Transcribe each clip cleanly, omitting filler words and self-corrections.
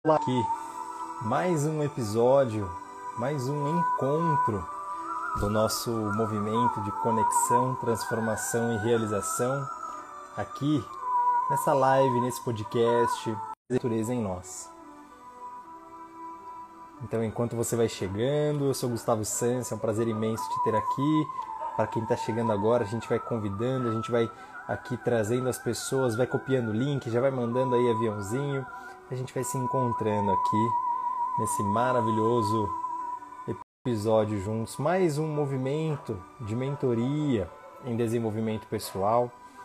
Olá, aqui mais um episódio, mais um encontro do nosso movimento de conexão, transformação e realização aqui nessa live, nesse podcast Natureza em Nós. Então, enquanto você vai chegando, eu sou Gustavo Sanz, é um prazer imenso te ter aqui. Para quem está chegando agora, a gente vai convidando, a gente vai aqui trazendo as pessoas, vai copiando o link, já vai mandando aí aviãozinho. A gente vai se encontrando aqui nesse maravilhoso episódio juntos. Mais um movimento de mentoria em desenvolvimento pessoal.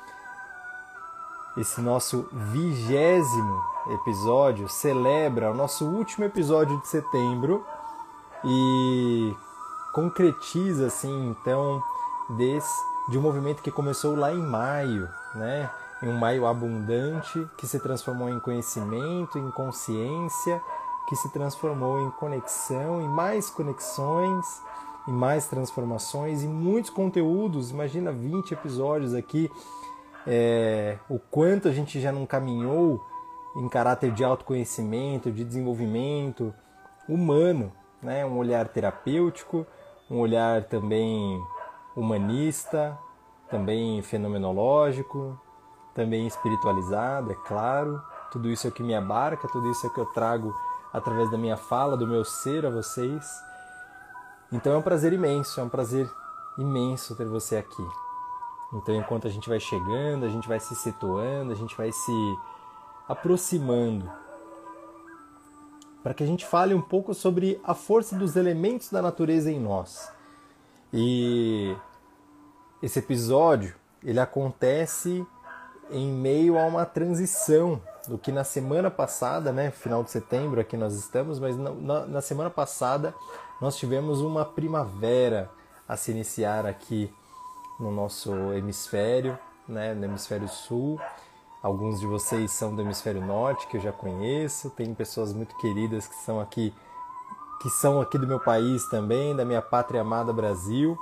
Esse nosso 20º episódio celebra o nosso último episódio de setembro e concretiza assim então de um movimento que começou lá em maio, né? Em um maio abundante, que se transformou em conhecimento, em consciência, que se transformou em conexão, em mais conexões, em mais transformações, em muitos conteúdos. Imagina 20 episódios aqui, o quanto a gente já não caminhou em caráter de autoconhecimento, de desenvolvimento humano, né? Um olhar terapêutico, um olhar também humanista, também fenomenológico, também espiritualizado, é claro. Tudo isso é o que me abarca, tudo isso é o que eu trago através da minha fala, do meu ser a vocês. Então é um prazer imenso ter você aqui. Então enquanto a gente vai chegando, a gente vai se situando, a gente vai se aproximando, para que a gente fale um pouco sobre a força dos elementos da natureza em nós. E esse episódio, ele acontece em meio a uma transição do que na semana passada, né, final de setembro aqui nós estamos, mas na semana passada nós tivemos uma primavera a se iniciar aqui no nosso hemisfério, né, no hemisfério sul. Alguns de vocês são do hemisfério norte, que eu já conheço, tem pessoas muito queridas que são aqui do meu país também, da minha pátria amada Brasil.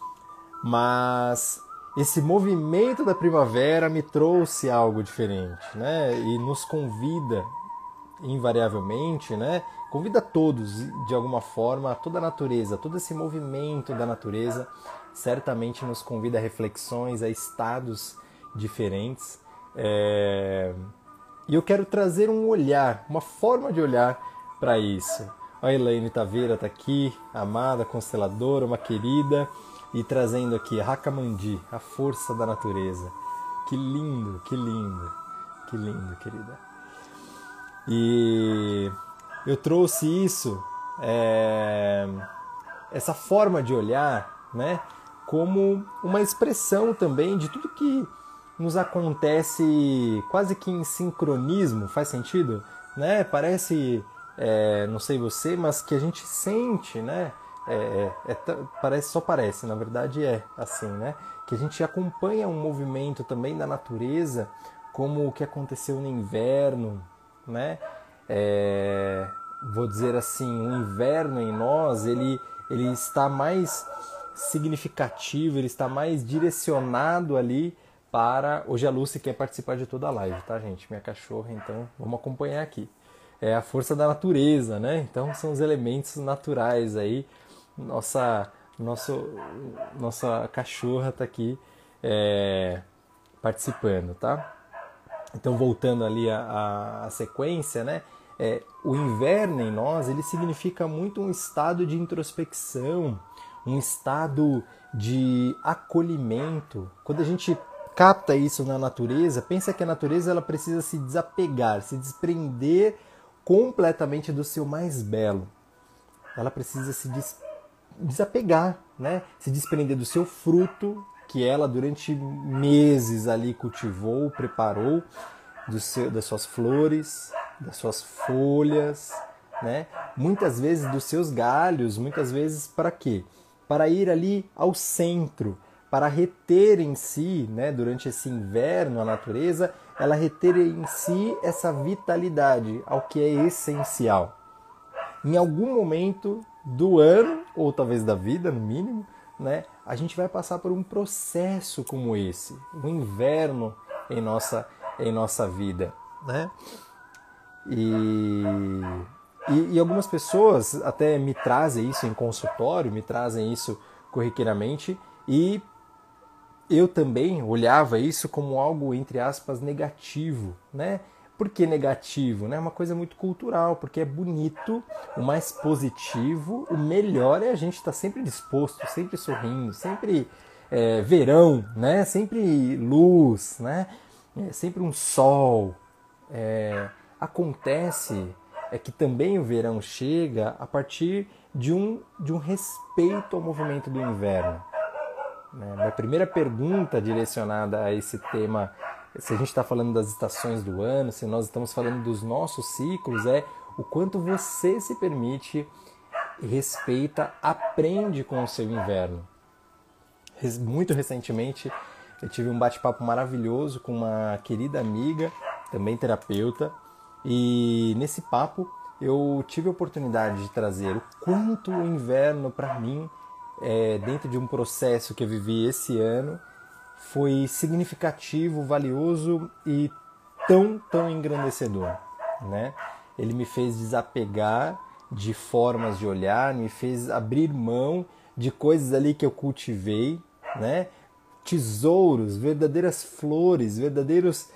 Mas esse movimento da primavera me trouxe algo diferente, né? E nos convida, invariavelmente, né? Convida todos, de alguma forma, toda a natureza, todo esse movimento da natureza, certamente nos convida a reflexões, a estados diferentes. E eu quero trazer um olhar, uma forma de olhar para isso. A Elaine Taveira está aqui, amada, consteladora, uma querida, e trazendo aqui Rakamandi, a força da natureza. Que lindo, que lindo, que lindo, querida. E eu trouxe isso, essa forma de olhar, né, como uma expressão também de tudo que nos acontece quase que em sincronismo, faz sentido? Né? Parece, não sei você, mas que a gente sente, né? Parece, na verdade é assim, né? Que a gente acompanha um movimento também da natureza, como o que aconteceu no inverno, né? Vou dizer assim, o inverno em nós, ele está mais significativo, ele está mais direcionado ali para... Hoje a Lucy quer participar de toda a live, tá, gente? Minha cachorra, então vamos acompanhar aqui. É a força da natureza, né? Então são os elementos naturais aí. Nossa cachorra está aqui participando, tá? Então voltando ali a sequência, né? O inverno em nós, ele significa muito um estado de introspecção, um estado de acolhimento. Quando a gente capta isso na natureza, pensa que a natureza ela precisa se desapegar, se desprender completamente do seu mais belo. Ela precisa se desapegar, né? Se desprender do seu fruto, que ela durante meses ali cultivou, preparou, das suas flores, das suas folhas, né? Muitas vezes dos seus galhos, muitas vezes para quê? Para ir ali ao centro, para reter em si, né, durante esse inverno, a natureza, ela reter em si essa vitalidade, ao que é essencial. Em algum momento do ano, ou talvez da vida, no mínimo, né, a gente vai passar por um processo como esse, um inverno em nossa vida, né? E, e algumas pessoas até me trazem isso em consultório, me trazem isso corriqueiramente, e eu também olhava isso como algo, entre aspas, negativo, né? Por que negativo? É uma coisa muito cultural, porque é bonito, o mais positivo, o melhor é a gente estar sempre disposto, sempre sorrindo, sempre verão, né? Sempre luz, né? Sempre um sol. Acontece que também o verão chega a partir de um respeito ao movimento do inverno. Minha primeira pergunta direcionada a esse tema, se a gente está falando das estações do ano, se nós estamos falando dos nossos ciclos, é o quanto você se permite, respeita, aprende com o seu inverno. Muito recentemente eu tive um bate-papo maravilhoso com uma querida amiga, também terapeuta, e nesse papo eu tive a oportunidade de trazer o quanto o inverno para mim, dentro de um processo que eu vivi esse ano, foi significativo, valioso e tão engrandecedor, né? Ele me fez desapegar de formas de olhar, me fez abrir mão de coisas ali que eu cultivei, né? Tesouros, verdadeiras flores, verdadeiros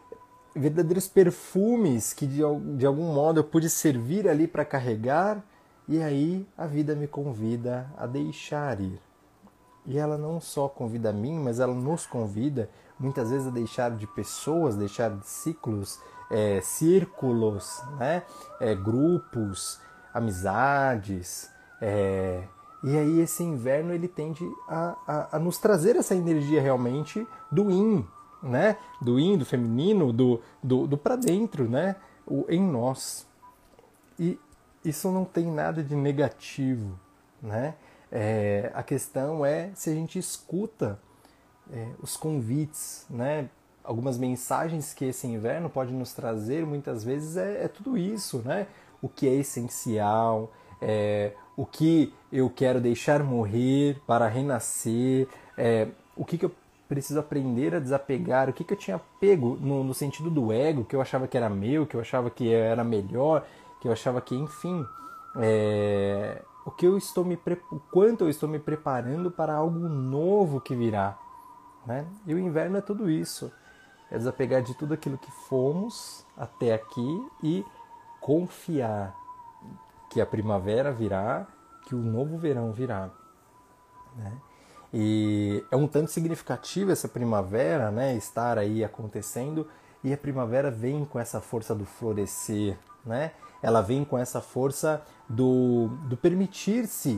perfumes que de algum modo eu pude servir ali para carregar, e aí a vida me convida a deixar ir. E ela não só convida a mim, mas ela nos convida muitas vezes a deixar de pessoas, deixar de ciclos, círculos, né? Grupos, amizades. E aí esse inverno ele tende a nos trazer essa energia realmente do yin, né? Do yin, do feminino, do para dentro, né? O em nós. E isso não tem nada de negativo, né? A questão é se a gente escuta os convites, né? Algumas mensagens que esse inverno pode nos trazer, muitas vezes, é tudo isso, né? O que é essencial, o que eu quero deixar morrer para renascer, o que eu preciso aprender a desapegar, o que eu tinha pego no sentido do ego, que eu achava que era meu, que eu achava que era melhor, que eu achava que, enfim, o quanto eu estou me preparando para algo novo que virá, né? E o inverno é tudo isso, é desapegar de tudo aquilo que fomos até aqui e confiar que a primavera virá, que o novo verão virá, né? E é um tanto significativo essa primavera, né, estar aí acontecendo, e a primavera vem com essa força do florescer, né? Ela vem com essa força do permitir-se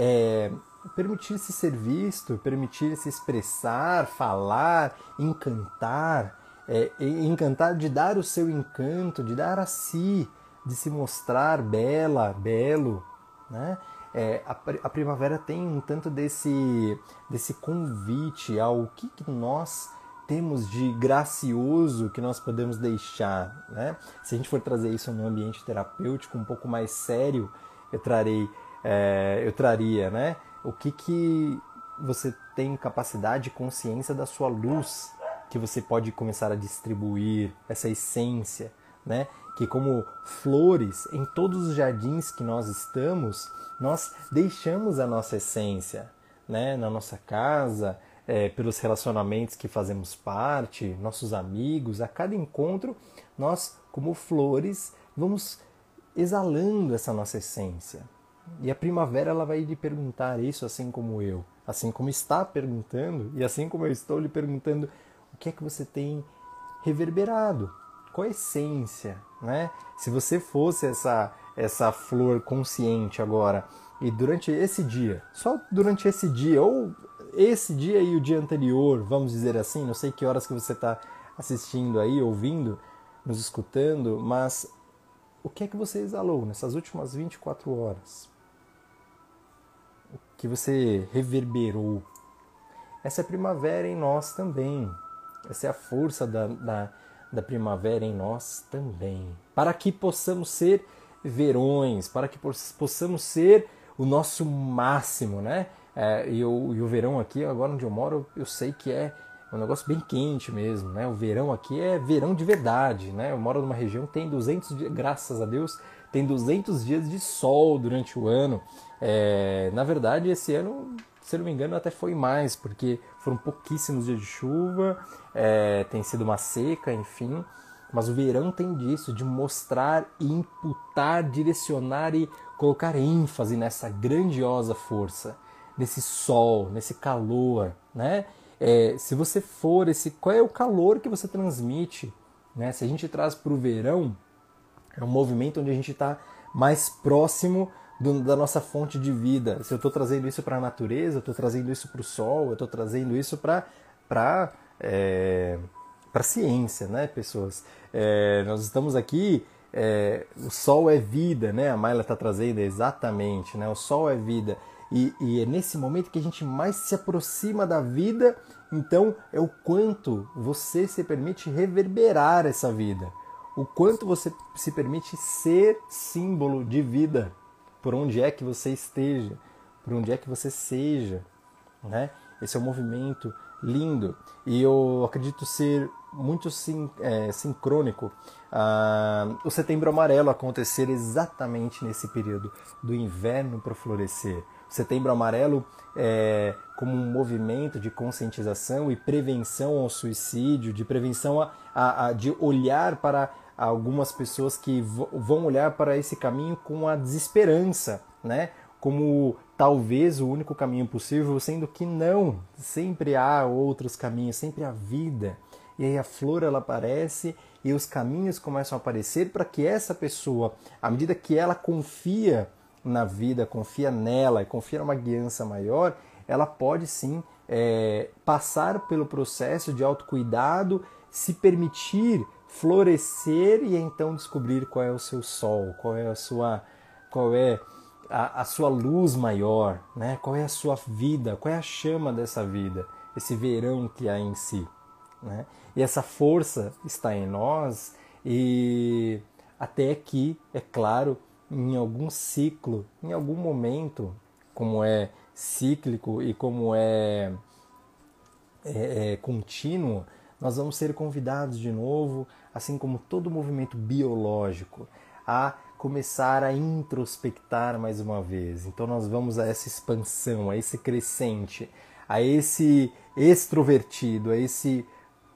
ser visto, permitir-se expressar, falar, encantar, encantar de dar o seu encanto, de dar a si, de se mostrar bela, belo, né? A primavera tem um tanto desse convite ao que nós temos de gracioso que nós podemos deixar, né? Se a gente for trazer isso no ambiente terapêutico um pouco mais sério, eu traria, né? O que você tem capacidade e consciência da sua luz que você pode começar a distribuir, essa essência, né? Que como flores, em todos os jardins que nós estamos, nós deixamos a nossa essência, né? Na nossa casa, pelos relacionamentos que fazemos parte, nossos amigos, a cada encontro, nós, como flores, vamos exalando essa nossa essência. E a primavera ela vai lhe perguntar isso, assim como eu, assim como está perguntando, e assim como eu estou lhe perguntando, o que é que você tem reverberado? Qual a essência, né? Se você fosse essa flor consciente agora, e durante esse dia, só durante esse dia, ou esse dia e o dia anterior, vamos dizer assim, não sei que horas que você está assistindo aí, ouvindo, nos escutando, mas o que é que você exalou nessas últimas 24 horas? O que você reverberou? Essa é a primavera em nós também. Essa é a força da primavera em nós também. Para que possamos ser verões, para que possamos ser o nosso máximo, né? E o verão aqui, agora onde eu moro, eu sei que é um negócio bem quente mesmo, né? O verão aqui é verão de verdade, né? Eu moro numa região que tem 200 dias, graças a Deus, tem 200 dias de sol durante o ano. Na verdade, esse ano, se eu não me engano, até foi mais, porque foram pouquíssimos dias de chuva, tem sido uma seca, enfim. Mas o verão tem disso, de mostrar, imputar, direcionar e colocar ênfase nessa grandiosa força, nesse sol, nesse calor, né? Se você for, qual é o calor que você transmite, né? Se a gente traz para o verão, é um movimento onde a gente está mais próximo da nossa fonte de vida. Se eu estou trazendo isso para a natureza, eu estou trazendo isso para o sol, eu estou trazendo isso para a ciência, né, pessoas? Nós estamos aqui, o sol é vida, né? A Mayla está trazendo exatamente, né? O sol é vida. E é nesse momento que a gente mais se aproxima da vida, então é o quanto você se permite reverberar essa vida, o quanto você se permite ser símbolo de vida, por onde é que você esteja, por onde é que você seja, né? Esse é um movimento lindo e eu acredito ser muito sincrônico o Setembro Amarelo acontecer exatamente nesse período do inverno para o florescer. O Setembro Amarelo como um movimento de conscientização e prevenção ao suicídio, de prevenção de olhar para algumas pessoas que vão olhar para esse caminho com a desesperança, né? Como talvez o único caminho possível, sendo que não, sempre há outros caminhos, sempre há vida. E aí a flor ela aparece e os caminhos começam a aparecer para que essa pessoa, à medida que ela confia na vida, confia nela e confia numa guiança maior, ela pode sim passar pelo processo de autocuidado, se permitir florescer e então descobrir qual é o seu sol, qual é a sua luz maior, né? Qual é a sua vida, qual é a chama dessa vida, esse verão que há em si, né? E essa força está em nós e até que, é claro, em algum ciclo, em algum momento, como é cíclico e como é contínuo, nós vamos ser convidados de novo, assim como todo movimento biológico, a começar a introspectar mais uma vez. Então nós vamos a essa expansão, a esse crescente, a esse extrovertido, a esse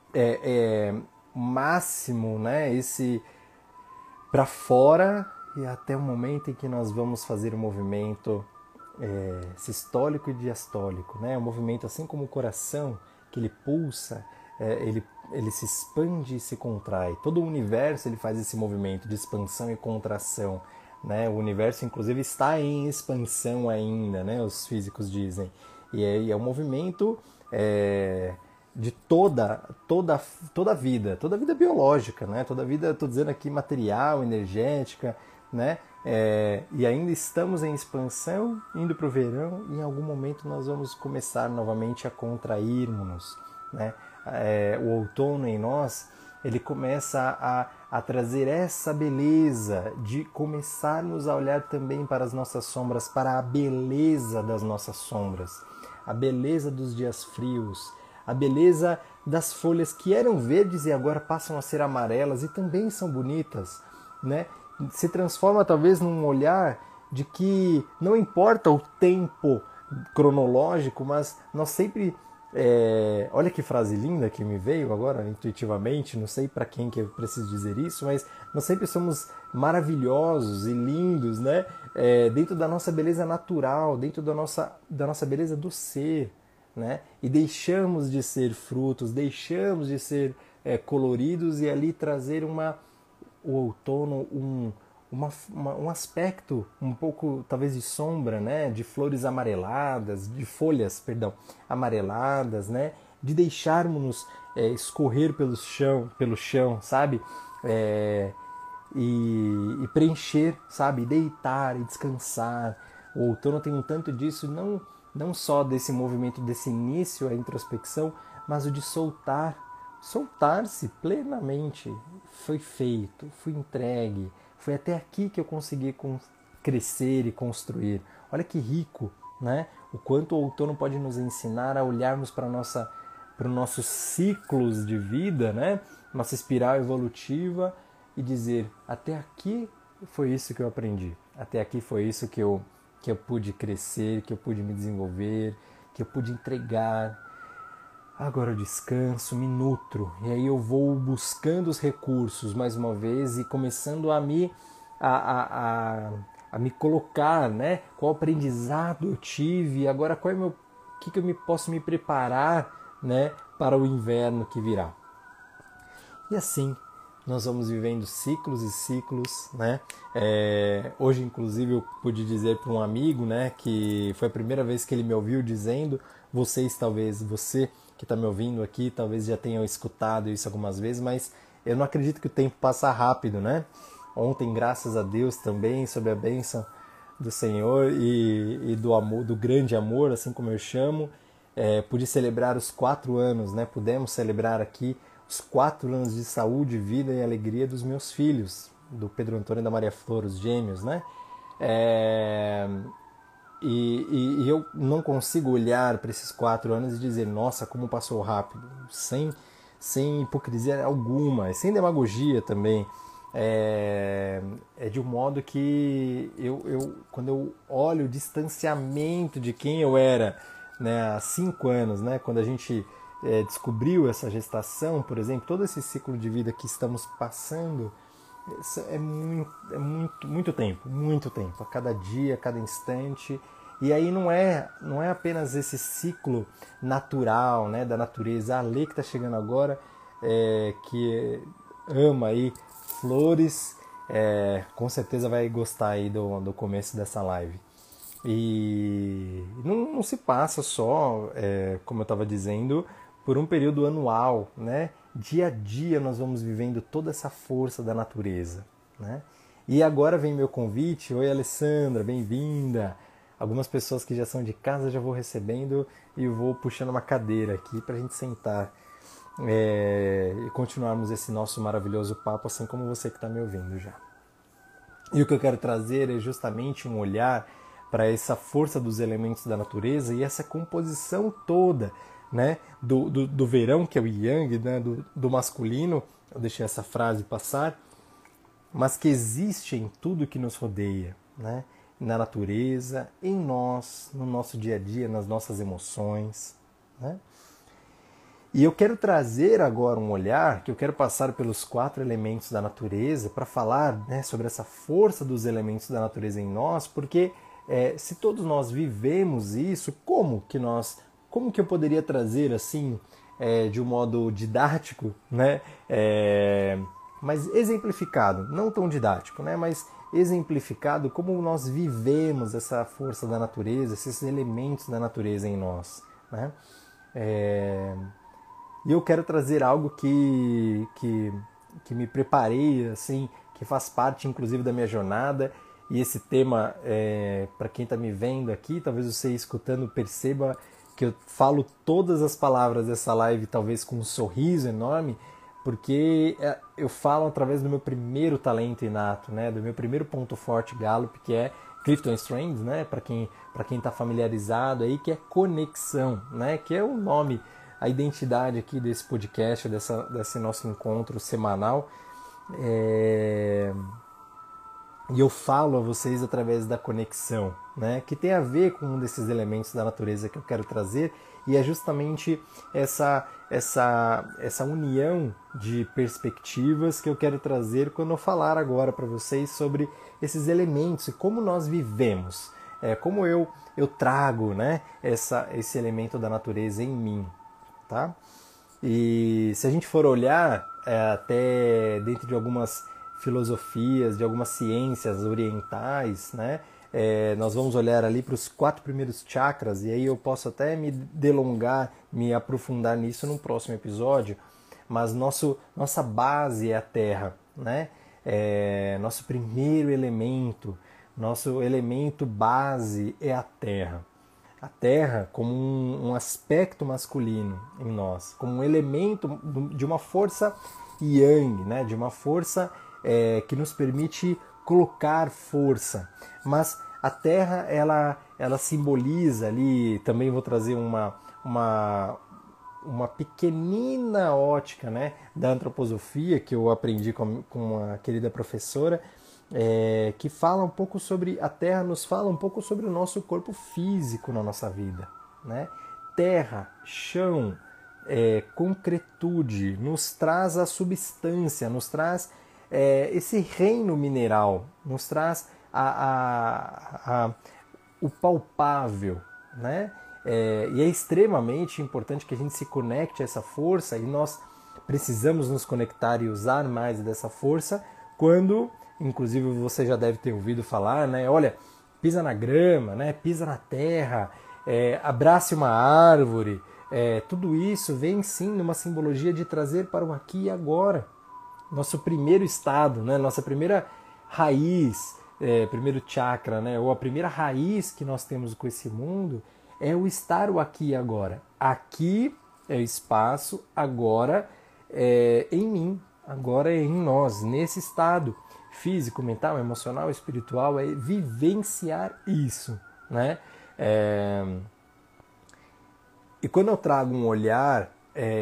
máximo, né? Esse para fora e até o momento em que nós vamos fazer o movimento sistólico e diastólico, né? Um movimento assim como o coração, que ele pulsa, ele se expande e se contrai. Todo o universo ele faz esse movimento de expansão e contração, né? O universo, inclusive, está em expansão ainda, né? Os físicos dizem. E é um movimento de toda a vida biológica, né? Toda a vida, estou dizendo aqui, material, energética, né? E ainda estamos em expansão, indo para o verão, e em algum momento nós vamos começar novamente a contrairmos-nos, né? O outono em nós, ele começa a trazer essa beleza de começarmos a olhar também para as nossas sombras, para a beleza das nossas sombras, a beleza dos dias frios, a beleza das folhas que eram verdes e agora passam a ser amarelas e também são bonitas, né? Se transforma talvez num olhar de que não importa o tempo cronológico, mas nós sempre... olha que frase linda que me veio agora intuitivamente, não sei para quem que eu preciso dizer isso, mas nós sempre somos maravilhosos e lindos, né? Dentro da nossa beleza natural, dentro da nossa beleza do ser, né? E deixamos de ser frutos, deixamos de ser coloridos e ali trazer o outono um aspecto um pouco talvez de sombra, né? De flores amareladas, de folhas, perdão, amareladas, né? De deixarmos-nos escorrer pelo chão, sabe? E preencher, sabe? Deitar e descansar. O outono tem um tanto disso, não só desse movimento, desse início à introspecção, mas o de soltar-se plenamente. Foi feito, fui entregue, foi até aqui que eu consegui crescer e construir. Olha que rico, né? O quanto o outono pode nos ensinar a olharmos para a nossa para os nossos ciclos de vida, né? Nossa espiral evolutiva, e dizer, até aqui foi isso que eu aprendi, até aqui foi isso que eu pude crescer, que eu pude me desenvolver, que eu pude entregar. Agora eu descanso, me nutro, e aí eu vou buscando os recursos mais uma vez e começando a me colocar, né? Qual aprendizado eu tive, agora qual é o que eu posso me preparar, né, para o inverno que virá. E assim nós vamos vivendo ciclos e ciclos, né? Hoje, inclusive, eu pude dizer para um amigo, né, que foi a primeira vez que ele me ouviu dizendo, você que está me ouvindo aqui, talvez já tenham escutado isso algumas vezes, mas eu não acredito que o tempo passa rápido, né? Ontem, graças a Deus também, sob a bênção do Senhor e do amor, do grande amor, assim como eu chamo, pude celebrar os 4 anos, né? Pudemos celebrar aqui os 4 anos de saúde, vida e alegria dos meus filhos, do Pedro Antônio e da Maria Flor, os gêmeos, né? E eu não consigo olhar para esses 4 anos e dizer, nossa, como passou rápido, sem hipocrisia alguma, sem demagogia também. É de um modo que quando eu olho o distanciamento de quem eu era, né, há 5 anos, né, quando a gente descobriu essa gestação, por exemplo, todo esse ciclo de vida que estamos passando, é muito tempo, a cada dia, a cada instante. E aí não é apenas esse ciclo natural, né, da natureza. A Lê que está chegando agora, que ama aí flores, com certeza vai gostar aí do começo dessa live. E não se passa só, como eu estava dizendo, por um período anual, né? Dia a dia nós vamos vivendo toda essa força da natureza, né? E agora vem meu convite. Oi, Alessandra, bem-vinda. Algumas pessoas que já são de casa já vou recebendo e eu vou puxando uma cadeira aqui para a gente sentar e continuarmos esse nosso maravilhoso papo, assim como você que está me ouvindo já. E o que eu quero trazer é justamente um olhar para essa força dos elementos da natureza e essa composição toda, né, do verão, que é o yang, né, do masculino. Eu deixei essa frase passar, mas que existe em tudo que nos rodeia, né, na natureza, em nós, no nosso dia a dia, nas nossas emoções, né? E eu quero trazer agora um olhar, que eu quero passar pelos 4 elementos da natureza para falar, né, sobre essa força dos elementos da natureza em nós, porque se todos nós vivemos isso, como que eu poderia trazer assim, de um modo didático, né, mas exemplificado, não tão didático, né, mas exemplificado, como nós vivemos essa força da natureza, esses elementos da natureza em nós, né? E eu quero trazer algo que me preparei, assim, que faz parte inclusive da minha jornada. E esse tema, para quem está me vendo aqui, talvez você escutando perceba que eu falo todas as palavras dessa live talvez com um sorriso enorme, porque eu falo através do meu primeiro talento inato, né, do meu primeiro ponto forte Gallup, que é Clifton Strings, né, para quem está familiarizado aí, que é conexão, né, que é o nome, a identidade aqui desse podcast, desse nosso encontro semanal. E eu falo a vocês através da conexão, né, que tem a ver com um desses elementos da natureza que eu quero trazer, e é justamente essa união de perspectivas que eu quero trazer quando eu falar agora para vocês sobre esses elementos e como nós vivemos, como eu trago, né, esse elemento da natureza em mim, tá? E se a gente for olhar até dentro de algumas filosofias, de algumas ciências orientais, né? Nós vamos olhar ali para os 4 primeiros chakras, e aí eu posso até me delongar, me aprofundar nisso no próximo episódio, mas nossa base é a Terra, né? Nosso primeiro elemento, nosso elemento base é a Terra. A Terra como um aspecto masculino em nós, como um elemento de uma força yang, né? De uma força que nos permite colocar força. Mas a Terra, ela simboliza ali, também vou trazer uma pequenina ótica, né, da antroposofia que eu aprendi com uma querida professora, que fala um pouco sobre a Terra, nos fala um pouco sobre o nosso corpo físico na nossa vida, né? Terra, chão, concretude, nos traz a substância, nos traz esse reino mineral, nos traz o palpável, né? E é extremamente importante que a gente se conecte a essa força, e nós precisamos nos conectar e usar mais dessa força quando, inclusive você já deve ter ouvido falar, né? Olha, pisa na grama, né? Pisa na terra, abrace uma árvore, tudo isso vem sim numa simbologia de trazer para o aqui e agora. Nosso primeiro estado, né? Nossa primeira raiz, primeiro chakra, né? Ou a primeira raiz que nós temos com esse mundo é o estar o aqui e agora. Aqui é o espaço, agora é em mim, agora é em nós, nesse estado físico, mental, emocional, espiritual, é vivenciar isso, né? E quando eu trago um olhar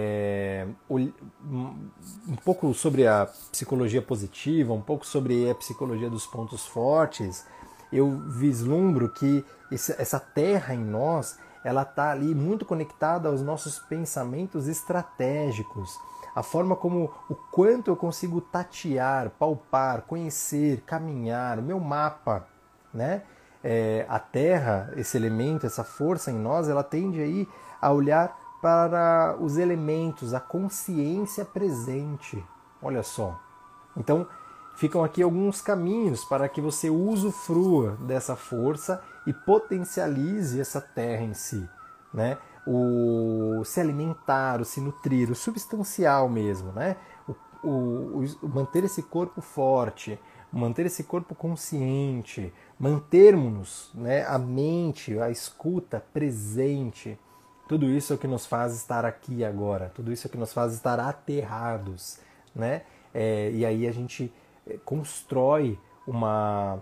um pouco sobre a psicologia positiva, um pouco sobre a psicologia dos pontos fortes, eu vislumbro que essa terra em nós, ela está ali muito conectada aos nossos pensamentos estratégicos, a forma como, o quanto eu consigo tatear, palpar, conhecer, caminhar, o meu mapa, né? A terra, esse elemento, essa força em nós, ela tende aí a olhar para os elementos, a consciência presente. Olha só. Então, ficam aqui alguns caminhos para que você usufrua dessa força e potencialize essa terra em si, né? O se alimentar, o se nutrir, o substancial mesmo, né? O manter esse corpo forte, manter esse corpo consciente, mantermos, né, a mente, a escuta presente. Tudo isso é o que nos faz estar aqui agora, tudo isso é o que nos faz estar aterrados, né? E aí a gente constrói uma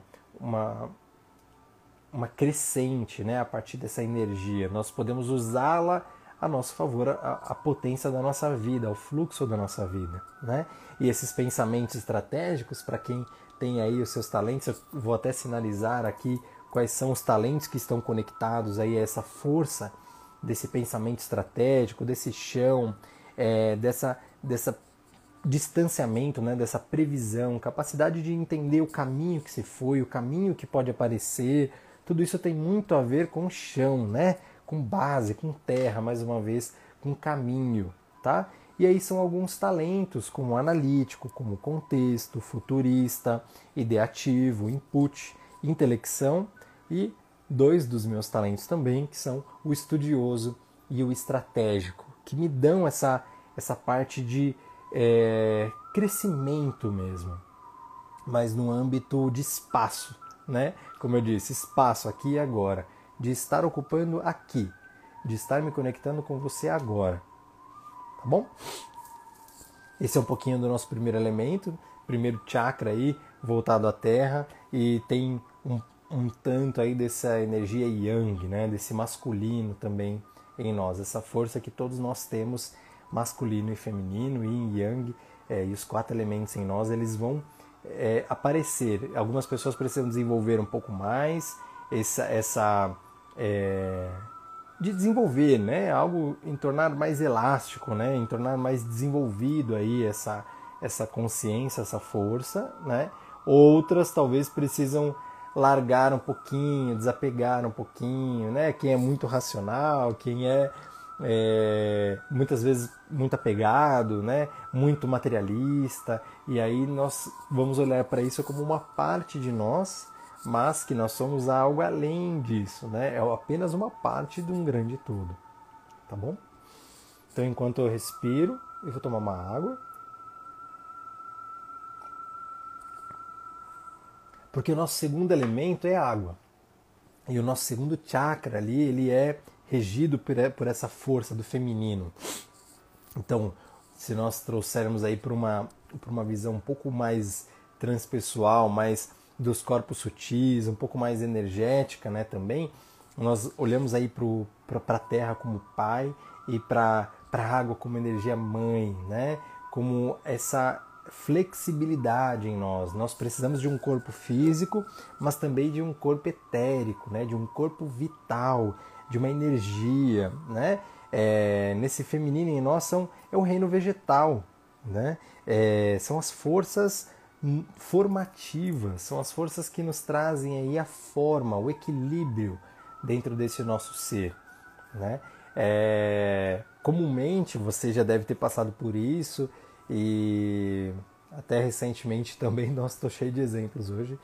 crescente, né, a partir dessa energia. Nós podemos usá-la a nosso favor, a potência da nossa vida, o fluxo da nossa vida, né? E esses pensamentos estratégicos, para quem tem aí os seus talentos, eu vou até sinalizar aqui quais são os talentos que estão conectados aí a essa força desse pensamento estratégico, desse chão, dessa distanciamento, né, dessa previsão, capacidade de entender o caminho que se foi, o caminho que pode aparecer. Tudo isso tem muito a ver com chão, né? Com base, com terra, mais uma vez, com caminho, tá? E aí são alguns talentos, como analítico, como contexto, futurista, ideativo, input, intelecção, e dois dos meus talentos também, que são o estudioso e o estratégico, que me dão essa parte de crescimento mesmo, mas no âmbito de espaço, né? Como eu disse, espaço aqui e agora, de estar ocupando aqui, de estar me conectando com você agora, tá bom? Esse é um pouquinho do nosso primeiro elemento, primeiro chakra aí, voltado à Terra, e tem um tanto aí dessa energia yang, né? Desse masculino também em nós, essa força que todos nós temos, masculino e feminino, yin e yang, e os 4 elementos em nós, eles vão aparecer. Algumas pessoas precisam desenvolver um pouco mais de desenvolver, né, algo em tornar mais elástico, né, em tornar mais desenvolvido aí essa consciência, essa força, né. Outras talvez precisam largar um pouquinho, desapegar um pouquinho, né. Quem é muito racional, quem muitas vezes muito apegado, né, muito materialista, e aí nós vamos olhar para isso como uma parte de nós, mas que nós somos algo além disso, né? É apenas uma parte de um grande todo, tá bom? Então, enquanto eu respiro, eu vou tomar uma água, porque o nosso segundo elemento é a água, e o nosso segundo chakra ali, ele é regido por essa força do feminino. Então, se nós trouxermos aí para uma visão um pouco mais transpessoal, mais dos corpos sutis, um pouco mais energética, né, também, nós olhamos aí para a Terra como pai e para para a água como energia mãe, né? Como essa flexibilidade em nós. Nós precisamos de um corpo físico, mas também de um corpo etérico, né? De um corpo vital, de uma energia, né? Nesse feminino em nós é o reino vegetal, né? São as forças formativas, são as forças que nos trazem aí a forma, o equilíbrio dentro desse nosso ser, né? Comumente você já deve ter passado por isso e até recentemente também, nossa, estou cheio de exemplos hoje.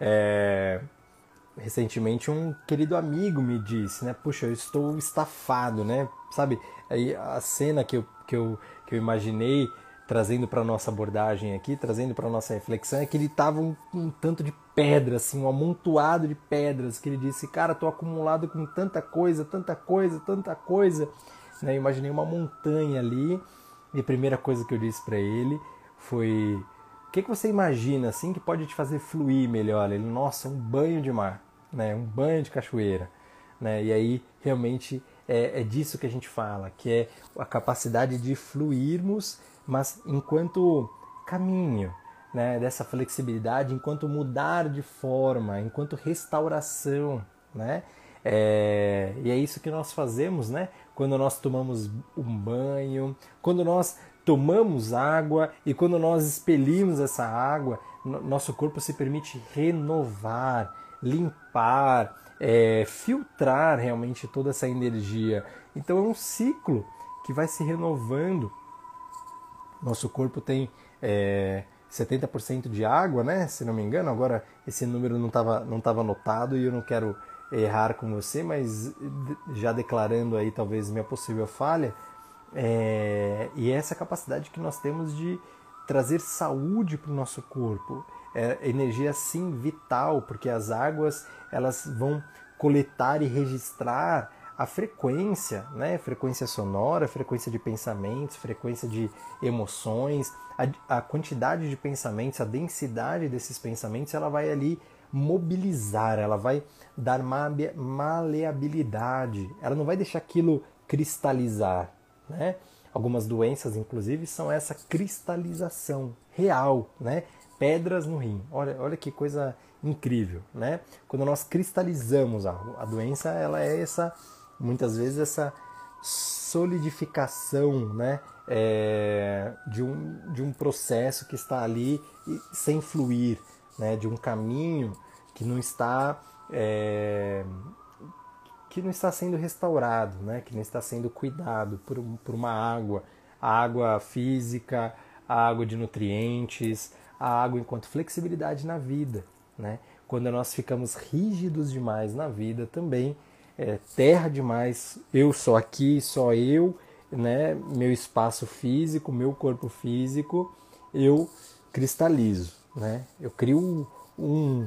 Recentemente um querido amigo me disse, né? Puxa, eu estou estafado, né? Sabe, aí a cena que eu imaginei trazendo para nossa abordagem aqui, trazendo para nossa reflexão, é que ele estava um tanto de pedra, assim, um amontoado de pedras, que ele disse, cara, estou acumulado com tanta coisa, tanta coisa, tanta coisa, né? Eu imaginei uma montanha ali, e a primeira coisa que eu disse para ele foi: o que você imagina assim que pode te fazer fluir melhor? Ele, nossa, um banho de mar, né? Um banho de cachoeira, né? E aí realmente é disso que a gente fala, que é a capacidade de fluirmos, mas enquanto caminho, né? Dessa flexibilidade, enquanto mudar de forma, enquanto restauração, né? E é isso que nós fazemos, né? Quando nós tomamos um banho, quando nós tomamos água e quando nós expelimos essa água, nosso corpo se permite renovar, limpar, filtrar realmente toda essa energia. Então é um ciclo que vai se renovando. Nosso corpo tem 70% de água, né? Se não me engano. Agora esse número não estava anotado e eu não quero errar com você, mas já declarando aí talvez minha possível falha, e essa capacidade que nós temos de trazer saúde para o nosso corpo, energia sim vital, porque as águas elas vão coletar e registrar a frequência, né? Frequência sonora, frequência de pensamentos, frequência de emoções, a quantidade de pensamentos, a densidade desses pensamentos, ela vai ali mobilizar, ela vai dar maleabilidade, ela não vai deixar aquilo cristalizar, né? Algumas doenças, inclusive, são essa cristalização real, né? Pedras no rim. Olha que coisa incrível, né? Quando nós cristalizamos algo, a doença ela é muitas vezes essa solidificação, né? De um processo que está ali sem fluir, né? De um caminho que não está sendo restaurado, né? Que não está sendo cuidado por uma água, a água física, a água de nutrientes, a água enquanto flexibilidade na vida, né? Quando nós ficamos rígidos demais na vida também, terra demais, eu só aqui, só eu, né? Meu espaço físico, meu corpo físico, eu cristalizo, né? Eu crio um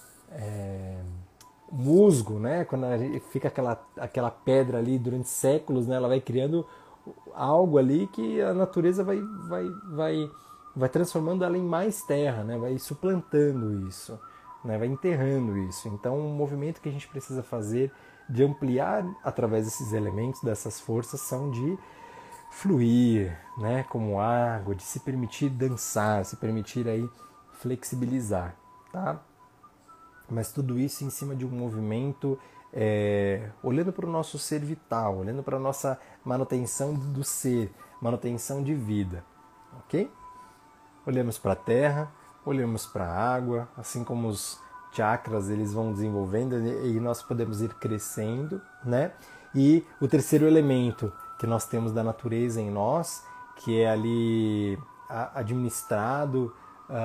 musgo, né? Quando fica aquela pedra ali durante séculos, né? Ela vai criando algo ali que a natureza vai transformando ela em mais terra, né? Vai suplantando isso, né? Vai enterrando isso. Então, um movimento que a gente precisa fazer de ampliar através desses elementos, dessas forças, são de fluir, né? Como água, de se permitir dançar, se permitir aí flexibilizar, tá? Mas tudo isso em cima de um movimento olhando para o nosso ser vital, olhando para a nossa manutenção do ser, manutenção de vida, ok? Olhamos para a terra, olhamos para a água, assim como os chakras eles vão desenvolvendo e nós podemos ir crescendo, né? E o terceiro elemento que nós temos da natureza em nós, que é ali administrado,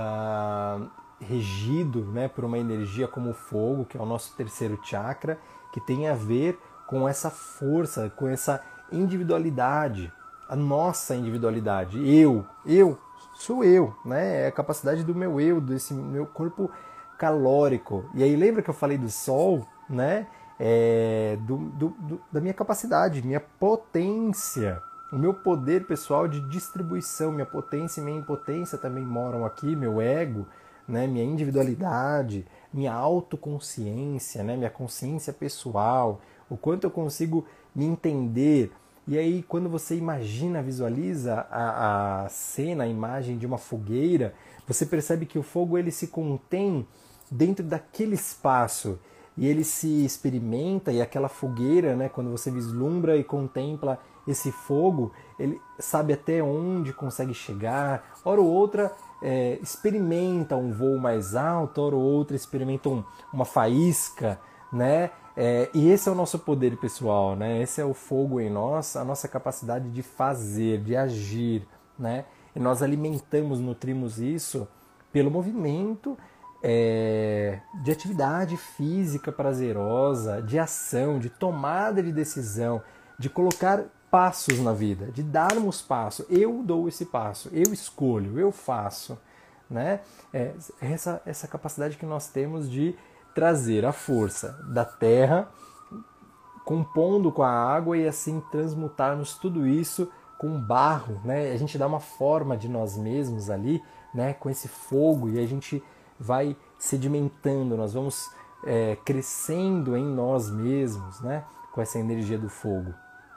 regido, né, por uma energia como o fogo, que é o nosso terceiro chakra, que tem a ver com essa força, com essa individualidade, a nossa individualidade. Eu sou eu, né? É a capacidade do meu eu, desse meu corpo calórico. E aí lembra que eu falei do sol, né? Da minha capacidade, minha potência, o meu poder pessoal de distribuição, minha potência e minha impotência também moram aqui, meu ego, né, minha individualidade, minha autoconsciência, né, minha consciência pessoal, o quanto eu consigo me entender E aí, quando você imagina, visualiza a cena, a imagem de uma fogueira, você percebe que o fogo ele se contém dentro daquele espaço e ele se experimenta, e aquela fogueira, né, quando você vislumbra e contempla esse fogo, ele sabe até onde consegue chegar. Hora ou outra experimenta um voo mais alto, hora ou outra experimenta uma faísca, né? E esse é o nosso poder pessoal, né? Esse é o fogo em nós, a nossa capacidade de fazer, de agir, né? E nós alimentamos, nutrimos isso pelo movimento, de atividade física prazerosa, de ação, de tomada de decisão, de colocar passos na vida, de darmos passo. Eu dou esse passo, eu escolho, eu faço, né? Essa capacidade que nós temos de trazer a força da terra, compondo com a água e assim transmutarmos tudo isso com barro, né? A gente dá uma forma de nós mesmos ali, né? Com esse fogo, e a gente vai sedimentando, nós vamos crescendo em nós mesmos, né? Com essa energia do fogo.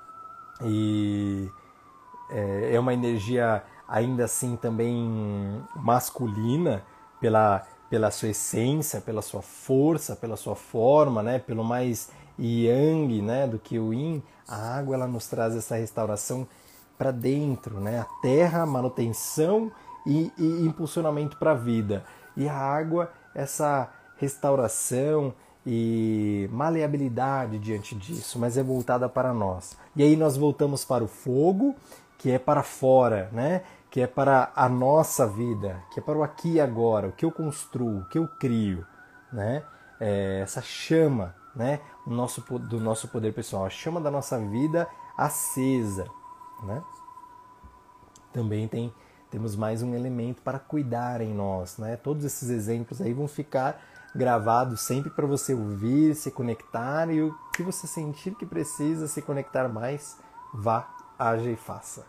E é uma energia ainda assim também masculina pela sua essência, pela sua força, pela sua forma, né? Pelo mais yang, né? Do que o yin. A água ela nos traz essa restauração para dentro, né? A terra, manutenção e impulsionamento para a vida. E a água, essa restauração e maleabilidade diante disso, mas é voltada para nós. E aí nós voltamos para o fogo, que é para fora, né? Que é para a nossa vida, que é para o aqui e agora, o que eu construo, o que eu crio, né? Essa chama, né? Do nosso poder pessoal, a chama da nossa vida acesa, né? Também temos mais um elemento para cuidar em nós, né? Todos esses exemplos aí vão ficar gravados sempre para você ouvir, se conectar, e o que você sentir que precisa se conectar mais, vá, haja e faça.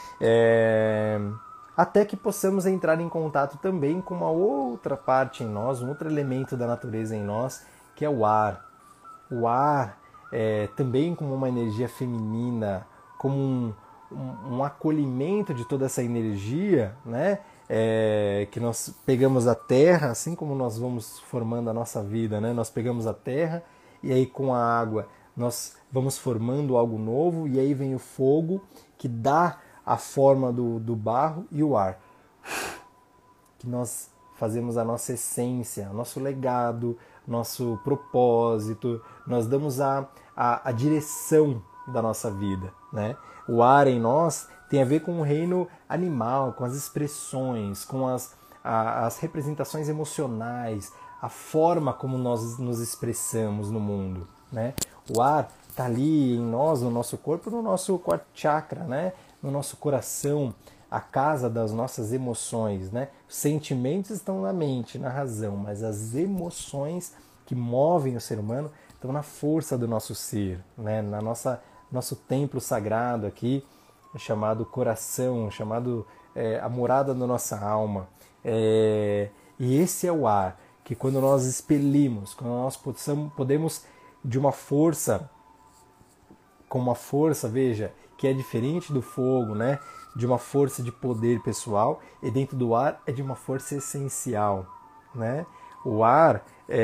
Até que possamos entrar em contato também com uma outra parte em nós, um outro elemento da natureza em nós, que é o ar. O ar também como uma energia feminina, como um acolhimento de toda essa energia, né? Que nós pegamos a terra, assim como nós vamos formando a nossa vida, né? Nós pegamos a terra e aí com a água nós vamos formando algo novo, e aí vem o fogo que dá a forma do barro, e o ar que nós fazemos a nossa essência, nosso legado, nosso propósito, nós damos a direção da nossa vida, né? O ar em nós tem a ver com o reino animal, com as expressões, com as representações emocionais, a forma como nós nos expressamos no mundo, né? O ar está ali em nós, no nosso corpo, no nosso quarto chakra, né? No nosso coração, a casa das nossas emoções, né? Os sentimentos estão na mente, na razão, mas as emoções que movem o ser humano estão na força do nosso ser, né? Na nosso templo sagrado aqui, chamado coração, chamado a morada da nossa alma. E esse é o ar que, quando nós expelimos, quando nós podemos de uma força, com uma força, veja, que é diferente do fogo, né? De uma força de poder pessoal, e dentro do ar é de uma força essencial, né? O ar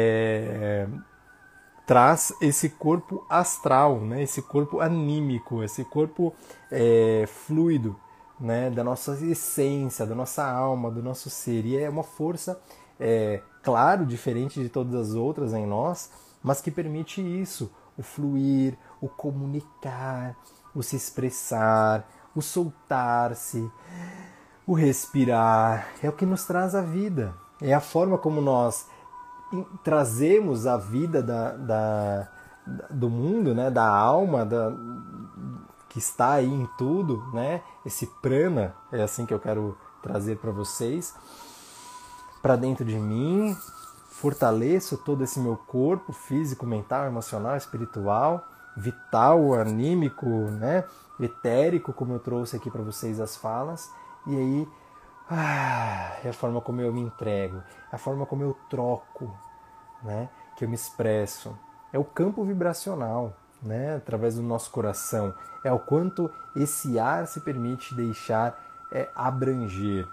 traz esse corpo astral, né? Esse corpo anímico, esse corpo fluido, né? Da nossa essência, da nossa alma, do nosso ser. E é uma força, claro, diferente de todas as outras em nós, mas que permite isso, o fluir, o comunicar, o se expressar, o soltar-se, o respirar. É o que nos traz a vida. É a forma como nós trazemos a vida do mundo, né? Da alma, que está aí em tudo, né? Esse prana, é assim que eu quero trazer para vocês, para dentro de mim. Fortaleço todo esse meu corpo físico, mental, emocional, espiritual, vital, anímico, né? Etérico, como eu trouxe aqui para vocês as falas. E aí, é a forma como eu me entrego, é a forma como eu troco, né? Que eu me expresso. É o campo vibracional, né, através do nosso coração. É o quanto esse ar se permite deixar abranger.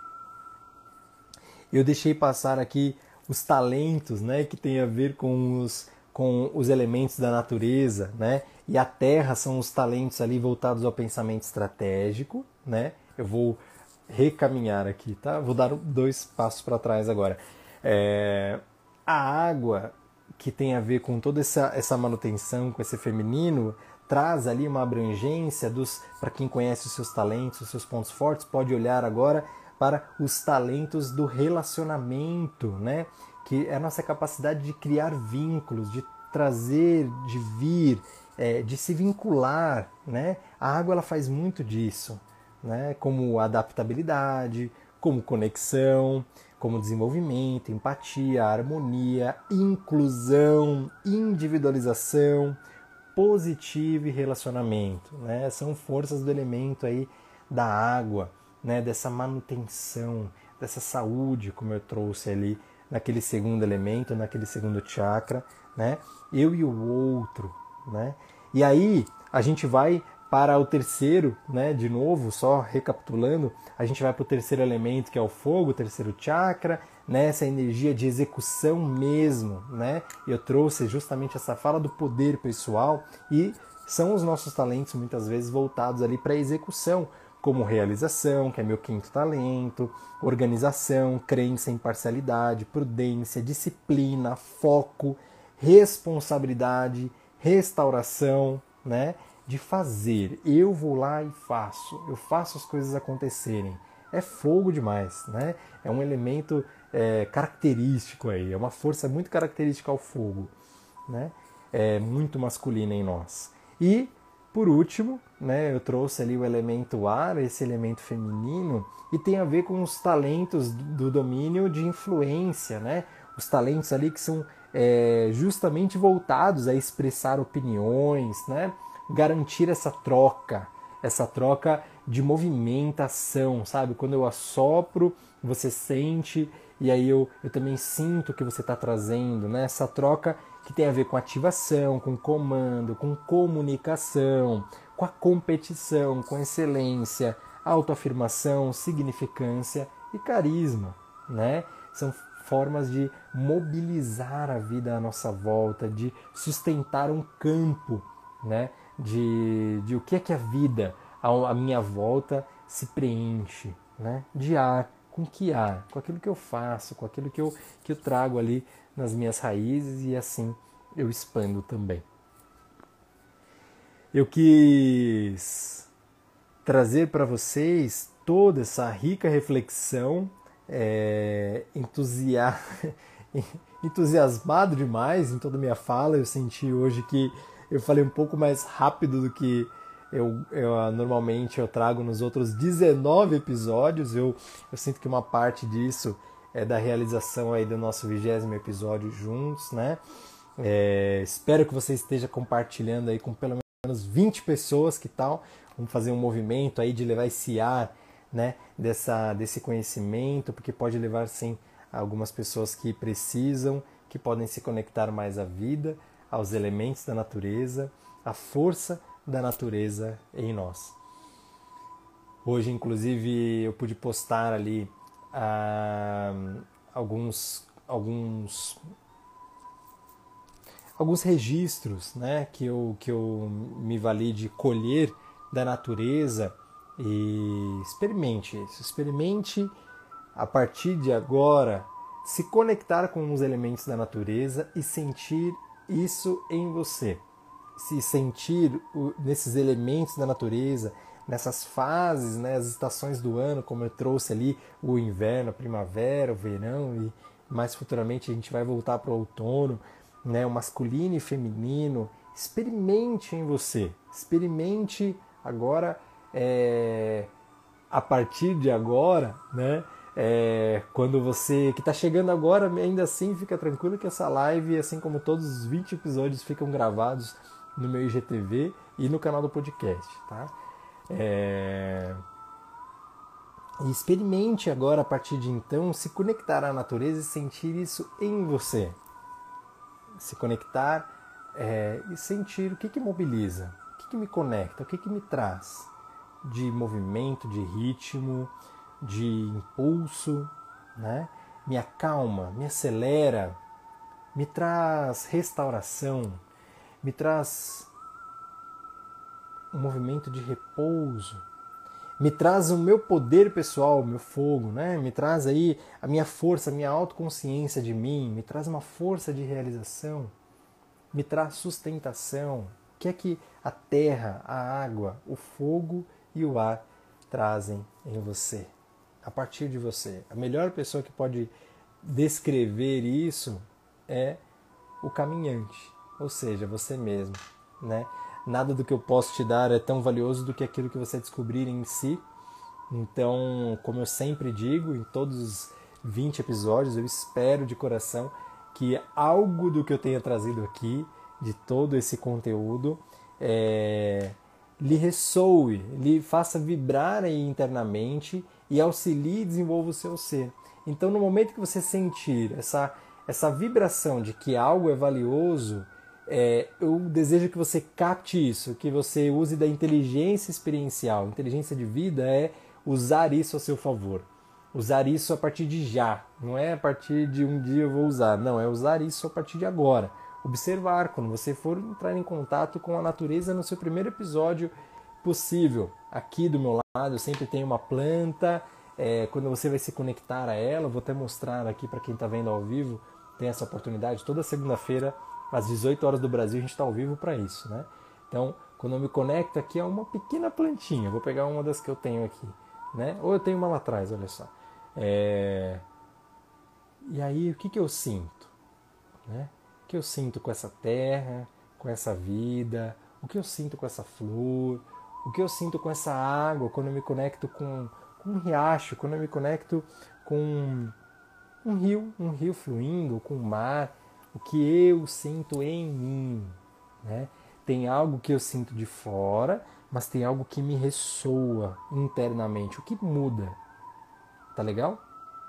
Eu deixei passar aqui os talentos, né, que tem a ver com os elementos da natureza, né? E a terra são os talentos ali voltados ao pensamento estratégico, né? Eu vou recaminhar aqui, tá? Vou dar 2 passos para trás agora. A água, que tem a ver com toda essa manutenção, com esse feminino, traz ali uma abrangência para quem conhece os seus talentos, os seus pontos fortes, pode olhar agora para os talentos do relacionamento, né? Que é a nossa capacidade de criar vínculos, de trazer, de vir, de se vincular, né? A água ela faz muito disso, né? Como adaptabilidade, como conexão, como desenvolvimento, empatia, harmonia, inclusão, individualização, positivo e relacionamento, né? São forças do elemento aí da água, né? Dessa manutenção, dessa saúde, como eu trouxe ali naquele segundo elemento, naquele segundo chakra, né? Eu e o outro, né? E aí a gente vai para o terceiro, né? De novo, só recapitulando, a gente vai para o terceiro elemento, que é o fogo, o terceiro chakra, né? Essa energia de execução mesmo, né? Eu trouxe justamente essa fala do poder pessoal e são os nossos talentos muitas vezes voltados ali para a execução, como realização, que é meu quinto talento, organização, crença, imparcialidade, prudência, disciplina, foco, responsabilidade, restauração, né? De fazer. Eu vou lá e faço. Eu faço as coisas acontecerem. É fogo demais, né? É um elemento característico aí. É uma força muito característica ao fogo, né? É muito masculina em nós. E, por último, né, eu trouxe ali o elemento ar, esse elemento feminino, e tem a ver com os talentos do domínio de influência, né? Os talentos ali que são justamente voltados a expressar opiniões, né? Garantir essa troca de movimentação, sabe? Quando eu assopro, você sente, e aí eu também sinto o que você está trazendo, né? Essa troca que tem a ver com ativação, com comando, com comunicação, com a competição, com excelência, autoafirmação, significância e carisma, né? São formas de mobilizar a vida à nossa volta, de sustentar um campo, né? De o que é que a vida à minha volta se preenche, né? De ar, com que ar? Com aquilo que eu faço, com aquilo que eu trago ali nas minhas raízes e assim eu expando também. Eu quis trazer para vocês toda essa rica reflexão, entusiasmado demais em toda a minha fala. Eu senti hoje que eu falei um pouco mais rápido do que normalmente eu trago nos outros 19 episódios. Eu sinto que uma parte disso é da realização aí do nosso 20º episódio juntos, né? Espero que você esteja compartilhando aí com pelo menos 20 pessoas, que tal? Vamos fazer um movimento aí de levar esse ar, né? Desse conhecimento, porque pode levar sim a algumas pessoas que precisam, que podem se conectar mais à vida, aos elementos da natureza, à força da natureza em nós. Hoje, inclusive, eu pude postar ali alguns registros, né, que eu me vali de colher da natureza, e experimente isso. Experimente a partir de agora se conectar com os elementos da natureza e sentir isso em você. Se sentir nesses elementos da natureza, nessas fases, né, as estações do ano, como eu trouxe ali o inverno, a primavera, o verão, e mais futuramente a gente vai voltar para o outono, né, o masculino e feminino. Experimente em você, experimente agora, a partir de agora, né, quando você que está chegando agora, ainda assim fica tranquilo que essa live, assim como todos os 20 episódios, ficam gravados no meu IGTV e no canal do podcast, tá? E experimente agora, a partir de então, se conectar à natureza e sentir isso em você. Se conectar e sentir o que mobiliza, o que me conecta, o que me traz de movimento, de ritmo, de impulso, né? Me acalma, me acelera, me traz restauração, me traz um movimento de repouso, me traz o meu poder pessoal, o meu fogo, né? Me traz aí a minha força, a minha autoconsciência de mim, me traz uma força de realização, me traz sustentação. O que é que a terra, a água, o fogo e o ar trazem em você, a partir de você? A melhor pessoa que pode descrever isso é o caminhante, ou seja, você mesmo, né? Nada do que eu posso te dar é tão valioso do que aquilo que você descobrir em si. Então, como eu sempre digo, em todos os 20 episódios, eu espero de coração que algo do que eu tenha trazido aqui, de todo esse conteúdo, lhe ressoe, lhe faça vibrar aí internamente e auxilie e desenvolva o seu ser. Então, no momento que você sentir essa vibração de que algo é valioso, eu desejo que você capte isso, que você use da inteligência experiencial. Inteligência de vida é usar isso a seu favor. Usar isso a partir de já. Não é a partir de um dia eu vou usar. Não, é usar isso a partir de agora. Observar, quando você for entrar em contato com a natureza no seu primeiro episódio possível. Aqui do meu lado eu sempre tenho uma planta. Quando você vai se conectar a ela, eu vou até mostrar aqui para quem está vendo ao vivo, tem essa oportunidade. Toda segunda-feira, às 18 horas do Brasil, a gente está ao vivo para isso, né? Então, quando eu me conecto aqui, é uma pequena plantinha. Vou pegar uma das que eu tenho aqui, né? Ou eu tenho uma lá atrás, olha só. E aí, o que eu sinto? Né? O que eu sinto com essa terra, com essa vida? O que eu sinto com essa flor? O que eu sinto com essa água quando eu me conecto com um riacho? Quando eu me conecto com um rio fluindo, com o mar? O que eu sinto em mim? Né? Tem algo que eu sinto de fora, mas tem algo que me ressoa internamente. O que muda? Tá legal?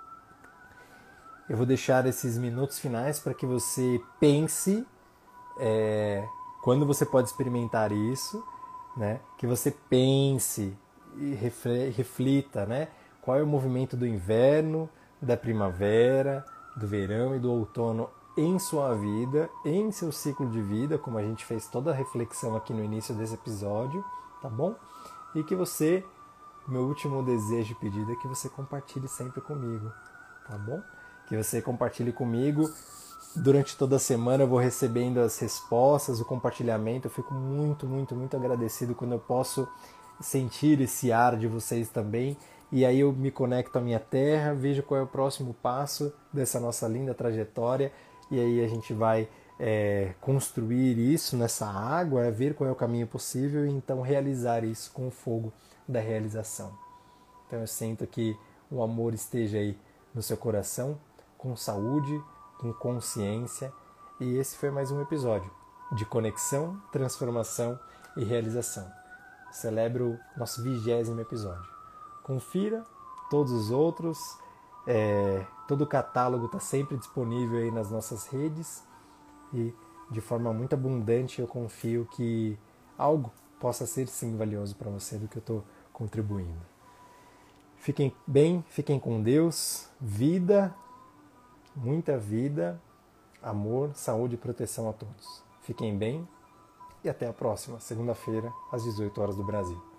Eu vou deixar esses minutos finais para que você pense quando você pode experimentar isso, né? Que você pense e reflita, né? Qual é o movimento do inverno, da primavera, do verão e do outono em sua vida, em seu ciclo de vida, como a gente fez toda a reflexão aqui no início desse episódio, tá bom? E que você, meu último desejo e pedido é que você compartilhe sempre comigo, tá bom? Que você compartilhe comigo. Durante toda a semana eu vou recebendo as respostas, o compartilhamento. Eu fico muito, muito, muito agradecido quando eu posso sentir esse ar de vocês também. E aí eu me conecto à minha terra, vejo qual é o próximo passo dessa nossa linda trajetória. E aí a gente vai construir isso nessa água, ver qual é o caminho possível e então realizar isso com o fogo da realização. Então eu sinto que o amor esteja aí no seu coração, com saúde, com consciência. E esse foi mais um episódio de conexão, transformação e realização. Celebro o nosso 20º episódio. Confira todos os outros. Todo o catálogo está sempre disponível aí nas nossas redes. E de forma muito abundante eu confio que algo possa ser sim valioso para você do que eu estou contribuindo. Fiquem bem, fiquem com Deus, vida, muita vida, amor, saúde e proteção a todos. Fiquem bem e até a próxima, segunda-feira, às 18 horas do Brasil.